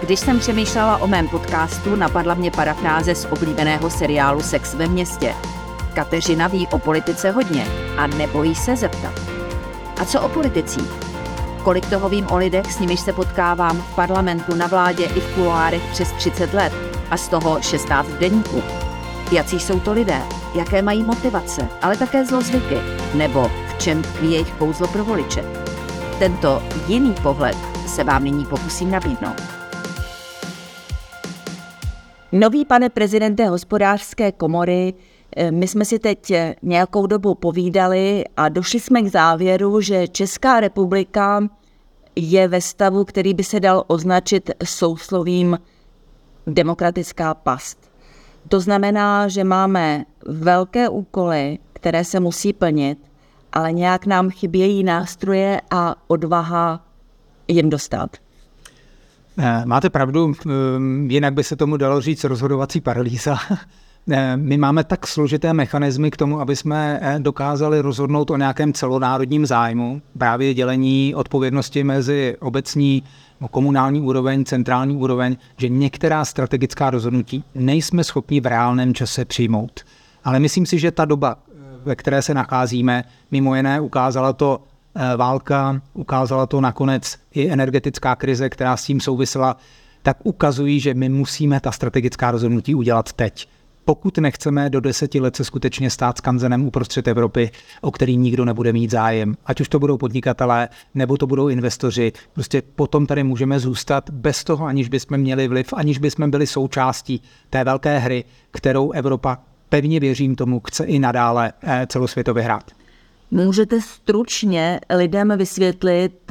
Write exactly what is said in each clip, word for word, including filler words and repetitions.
Když jsem přemýšlela o mém podcastu, napadla mě parafráze z oblíbeného seriálu Sex ve městě. Kateřina ví o politice hodně a nebojí se zeptat. A co o politicích? Kolik toho vím o lidech, s nimiž se potkávám v parlamentu, na vládě i v kuloárech přes třicet let a z toho šestnáct v deníku. Jací jsou to lidé, jaké mají motivace, ale také zlozvyky, nebo v čem tkví jejich kouzlo pro voliče. Tento jiný pohled se vám nyní pokusím nabídnout. Nový pane prezidente Hospodářské komory, my jsme si teď nějakou dobu povídali a došli jsme k závěru, že Česká republika je ve stavu, který by se dal označit souslovím demokratická past. To znamená, že máme velké úkoly, které se musí plnit, ale nějak nám chybějí nástroje a odvaha jim dostat. Máte pravdu, jinak by se tomu dalo říct rozhodovací paralýza. My máme tak složité mechanismy k tomu, aby jsme dokázali rozhodnout o nějakém celonárodním zájmu, právě dělení odpovědnosti mezi obecní, komunální úroveň, centrální úroveň, že některá strategická rozhodnutí nejsme schopni v reálném čase přijmout. Ale myslím si, že ta doba, ve které se nacházíme, mimo jiné ukázala to válka, ukázala to nakonec i energetická krize, která s tím souvisela, tak ukazují, že my musíme ta strategická rozhodnutí udělat teď. Pokud nechceme do deseti let se skutečně stát skanzenem uprostřed Evropy, o který nikdo nebude mít zájem, ať už to budou podnikatelé, nebo to budou investoři, prostě potom tady můžeme zůstat bez toho, aniž bychom měli vliv, aniž bychom byli součástí té velké hry, kterou Evropa, pevně věřím tomu, chce i nadále celosvětově hrát. Můžete stručně lidem vysvětlit,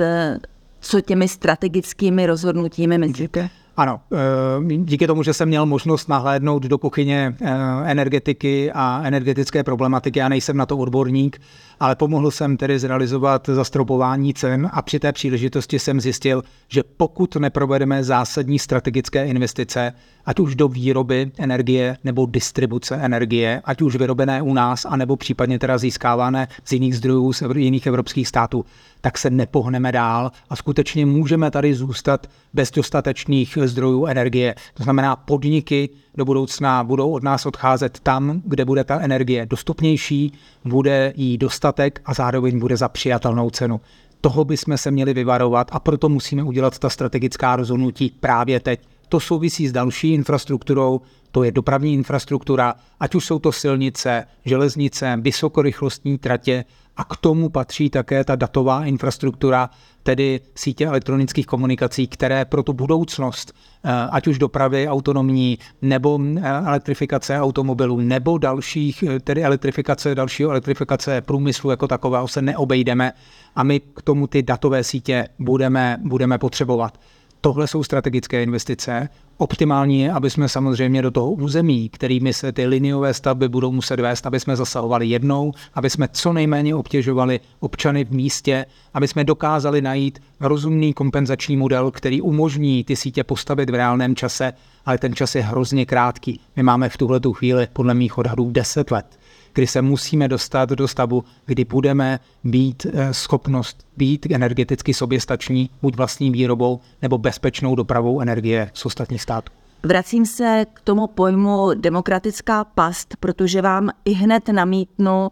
co těmi strategickými rozhodnutími myslíte? Ano, díky tomu, že jsem měl možnost nahlédnout do kuchyně energetiky a energetické problematiky, já nejsem na to odborník, ale pomohl jsem tedy zrealizovat zastropování cen a při té příležitosti jsem zjistil, že pokud neprovedeme zásadní strategické investice, ať už do výroby energie nebo distribuce energie, ať už vyrobené u nás, anebo případně teda získávané z jiných zdrojů, z jiných evropských států, tak se nepohneme dál a skutečně můžeme tady zůstat bez dostatečných zdrojů energie. To znamená, podniky do budoucna budou od nás odcházet tam, kde bude ta energie dostupnější, bude jí dostatek a zároveň bude za přijatelnou cenu. Toho bychom se měli vyvarovat a proto musíme udělat ta strategická rozhodnutí právě teď. To souvisí s další infrastrukturou, to je dopravní infrastruktura, ať už jsou to silnice, železnice, vysokorychlostní tratě a k tomu patří také ta datová infrastruktura, tedy sítě elektronických komunikací, které pro tu budoucnost, ať už dopravy autonomní, nebo elektrifikace automobilů, nebo dalších, tedy elektrifikace, dalšího elektrifikace průmyslu jako takového se neobejdeme a my k tomu ty datové sítě budeme, budeme potřebovat. Tohle jsou strategické investice. Optimální je, aby jsme samozřejmě do toho území, kterými se ty liniové stavby budou muset vést, aby jsme zasahovali jednou, aby jsme co nejméně obtěžovali občany v místě, aby jsme dokázali najít rozumný kompenzační model, který umožní ty sítě postavit v reálném čase, ale ten čas je hrozně krátký. My máme v tuhletu chvíli podle mých odhadů deset let, kdy se musíme dostat do stavu, kdy budeme být schopnost být energeticky soběstační, buď vlastní výrobou nebo bezpečnou dopravou energie z ostatních států. Vracím se k tomu pojmu demokratická past, protože vám i hned namítnu,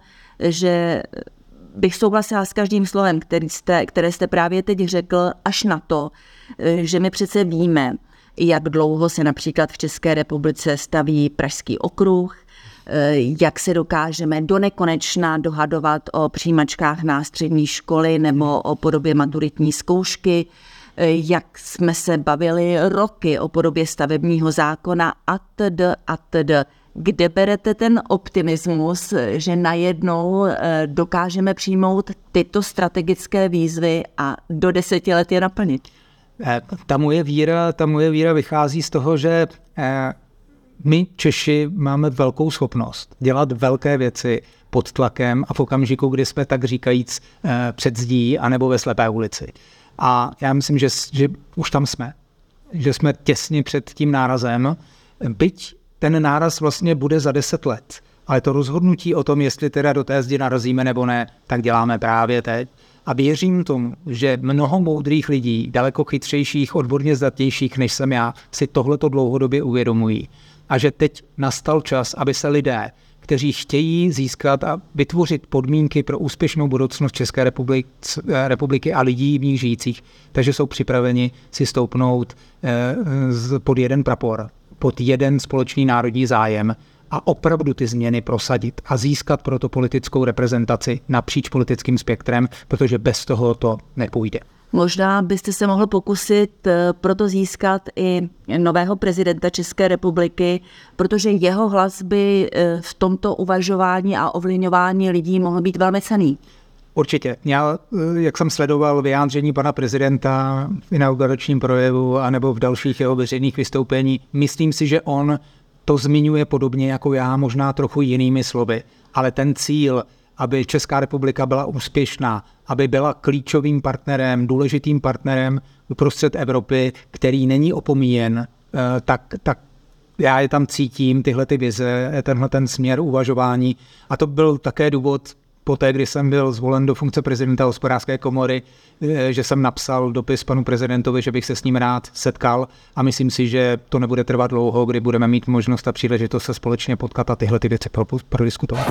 že bych souhlasila s každým slovem, který jste, které jste právě teď řekl, až na to, že my přece víme, jak dlouho se například v České republice staví Pražský okruh, jak se dokážeme do nekonečna dohadovat o přijímačkách na střední školy nebo o podobě maturitní zkoušky, jak jsme se bavili roky o podobě stavebního zákona atd. atd. Kde berete ten optimismus, že najednou dokážeme přijmout tyto strategické výzvy a do deseti let je naplnit? Ta moje víra, ta moje víra vychází z toho, že my Češi máme velkou schopnost dělat velké věci pod tlakem a v okamžiku, kdy jsme tak říkajíc před zdí anebo ve slepé ulici. A já myslím, že, že už tam jsme. Že jsme těsně před tím nárazem. Byť ten náraz vlastně bude za deset let. Ale to rozhodnutí o tom, jestli teda do té zdi narazíme nebo ne, tak děláme právě teď. A věřím tomu, že mnoho moudrých lidí, daleko chytřejších, odborně zdatnějších než jsem já, si tohleto dlouhodobě uvědomují. A že teď nastal čas, aby se lidé, kteří chtějí získat a vytvořit podmínky pro úspěšnou budoucnost České republiky, republiky a lidí v ní žijících, takže jsou připraveni si stoupnout pod jeden prapor, pod jeden společný národní zájem a opravdu ty změny prosadit a získat proto politickou reprezentaci napříč politickým spektrem, protože bez toho to nepůjde. Možná byste se mohl pokusit proto získat i nového prezidenta České republiky, protože jeho hlas by v tomto uvažování a ovlivňování lidí mohl být velmi cenný. Určitě. Já, jak jsem sledoval vyjádření pana prezidenta v inauguračním projevu anebo v dalších jeho veřejných vystoupení, myslím si, že on to zmiňuje podobně jako já, možná trochu jinými slovy. Ale ten cíl, aby Česká republika byla úspěšná, aby byla klíčovým partnerem, důležitým partnerem uprostřed Evropy, který není opomíjen, tak, tak já je tam cítím, tyhle ty vize, tenhle ten směr uvažování. A to byl také důvod, poté, kdy jsem byl zvolen do funkce prezidenta Hospodářské komory, že jsem napsal dopis panu prezidentovi, že bych se s ním rád setkal a myslím si, že to nebude trvat dlouho, kdy budeme mít možnost a příležitost se společně potkat a tyhle ty věci prodiskutovat.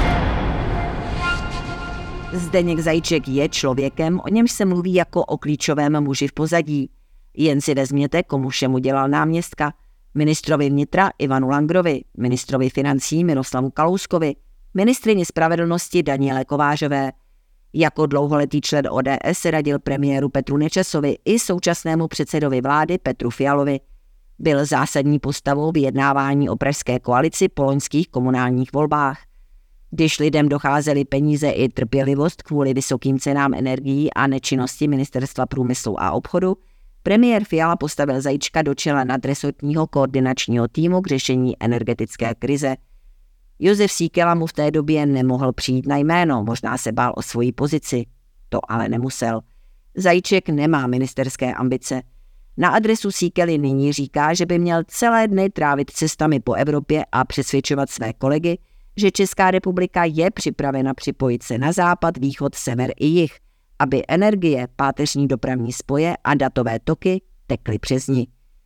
Zdeněk Zajíček je člověkem, o němž se mluví jako o klíčovém muži v pozadí. Jen si vezměte, komu všemu dělal náměstka. Ministrovi vnitra Ivanu Langrovi, ministrovi financí Miroslavu Kalouskovi, ministryni spravedlnosti Daniele Kovářové. Jako dlouholetý člen O D S se radil premiéru Petru Nečasovi i současnému předsedovi vlády Petru Fialovi. Byl zásadní postavou vyjednávání o pražské koalici po loňských komunálních volbách. Když lidem docházely peníze i trpělivost kvůli vysokým cenám energií a nečinnosti Ministerstva průmyslu a obchodu, premiér Fiala postavil Zajíčka do čela nadresortního koordinačního týmu k řešení energetické krize. Josef Síkela mu v té době nemohl přijít na jméno, možná se bál o svoji pozici. To ale nemusel. Zajíček nemá ministerské ambice. Na adresu Síkely nyní říká, že by měl celé dny trávit cestami po Evropě a přesvědčovat své kolegy, že Česká republika je připravena připojit se na západ, východ, sever i jih, aby energie, páteřní dopravní spoje a datové toky tekly přes ní.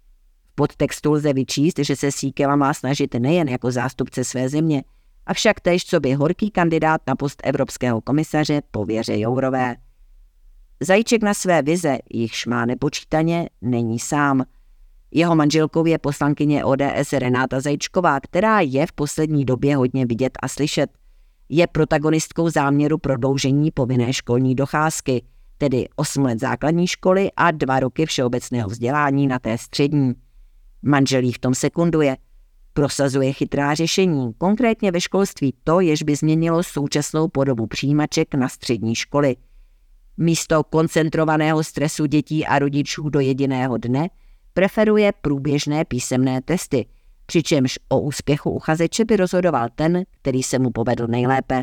V podtextu lze vyčíst, že se Síkela má snažit nejen jako zástupce své země, avšak též co by horký kandidát na post evropského komisaře po Věře Jourové. Zajíček na své vize, jichž má nepočítaně, není sám. Jeho manželkou je poslankyně O D S Renáta Zajíčková, která je v poslední době hodně vidět a slyšet. Je protagonistkou záměru prodloužení povinné školní docházky, tedy osm let základní školy a dva roky všeobecného vzdělání na té střední. Manžel jí v tom sekunduje. Prosazuje chytrá řešení, konkrétně ve školství to, jež by změnilo současnou podobu přijímaček na střední školy. Místo koncentrovaného stresu dětí a rodičů do jediného dne preferuje průběžné písemné testy, přičemž o úspěchu uchazeče by rozhodoval ten, který se mu povedl nejlépe.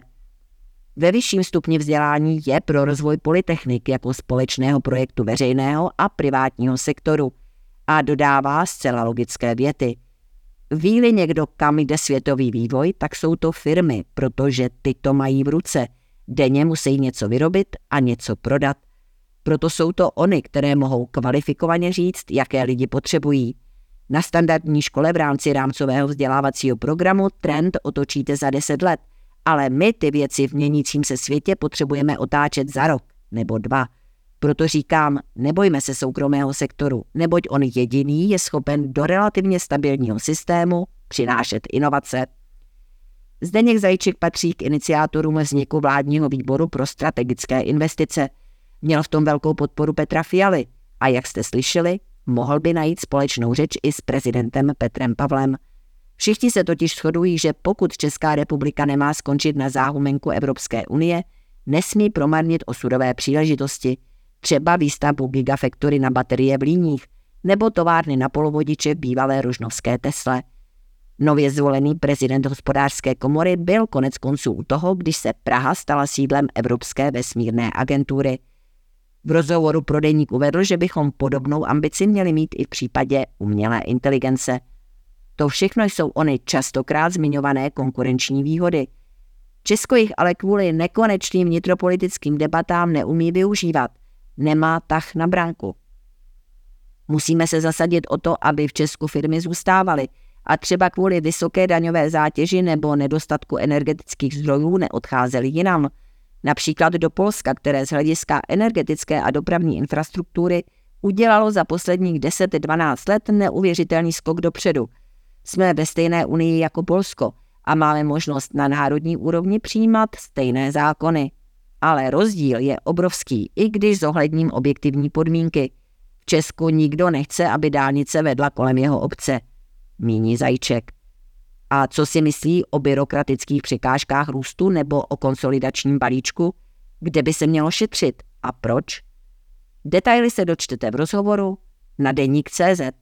Ve vyšším stupni vzdělání je pro rozvoj polytechnik jako společného projektu veřejného a privátního sektoru a dodává zcela logické věty. Ví-li někdo, kam jde světový vývoj, tak jsou to firmy, protože ty to mají v ruce. Denně musí něco vyrobit a něco prodat. Proto jsou to ony, které mohou kvalifikovaně říct, jaké lidi potřebují. Na standardní škole v rámci rámcového vzdělávacího programu trend otočíte za deset let, ale my ty věci v měnícím se světě potřebujeme otáčet za rok nebo dva. Proto říkám, nebojme se soukromého sektoru, neboť on jediný je schopen do relativně stabilního systému přinášet inovace. Zdeněk Zajíček patří k iniciátorům vzniku vládního výboru pro strategické investice. Měl v tom velkou podporu Petra Fialy a jak jste slyšeli, mohl by najít společnou řeč i s prezidentem Petrem Pavlem. Všichni se totiž shodují, že pokud Česká republika nemá skončit na záhumenku Evropské unie, nesmí promarnit osudové příležitosti, třeba výstavbu gigafactory na baterie v Líních nebo továrny na polovodiče v bývalé rožnovské Tesle. Nově zvolený prezident Hospodářské komory byl konec konců u toho, když se Praha stala sídlem Evropské vesmírné agentury. V rozhovoru pro Deník uvedl, že bychom podobnou ambici měli mít i v případě umělé inteligence. To všechno jsou ony častokrát zmiňované konkurenční výhody. Česko jich ale kvůli nekonečným vnitropolitickým debatám neumí využívat. Nemá tah na bránku. Musíme se zasadit o to, aby v Česku firmy zůstávaly a třeba kvůli vysoké daňové zátěži nebo nedostatku energetických zdrojů neodcházely jinam. Například do Polska, které z hlediska energetické a dopravní infrastruktury udělalo za posledních deset až dvanáct let neuvěřitelný skok dopředu. Jsme ve stejné unii jako Polsko a máme možnost na národní úrovni přijímat stejné zákony. Ale rozdíl je obrovský, i když zohledním objektivní podmínky. V Česku nikdo nechce, aby dálnice vedla kolem jeho obce, míní Zajíček. A co si myslí o byrokratických překážkách růstu nebo o konsolidačním balíčku, kde by se mělo šetřit a proč? Detaily se dočtete v rozhovoru na deník tečka cé zet.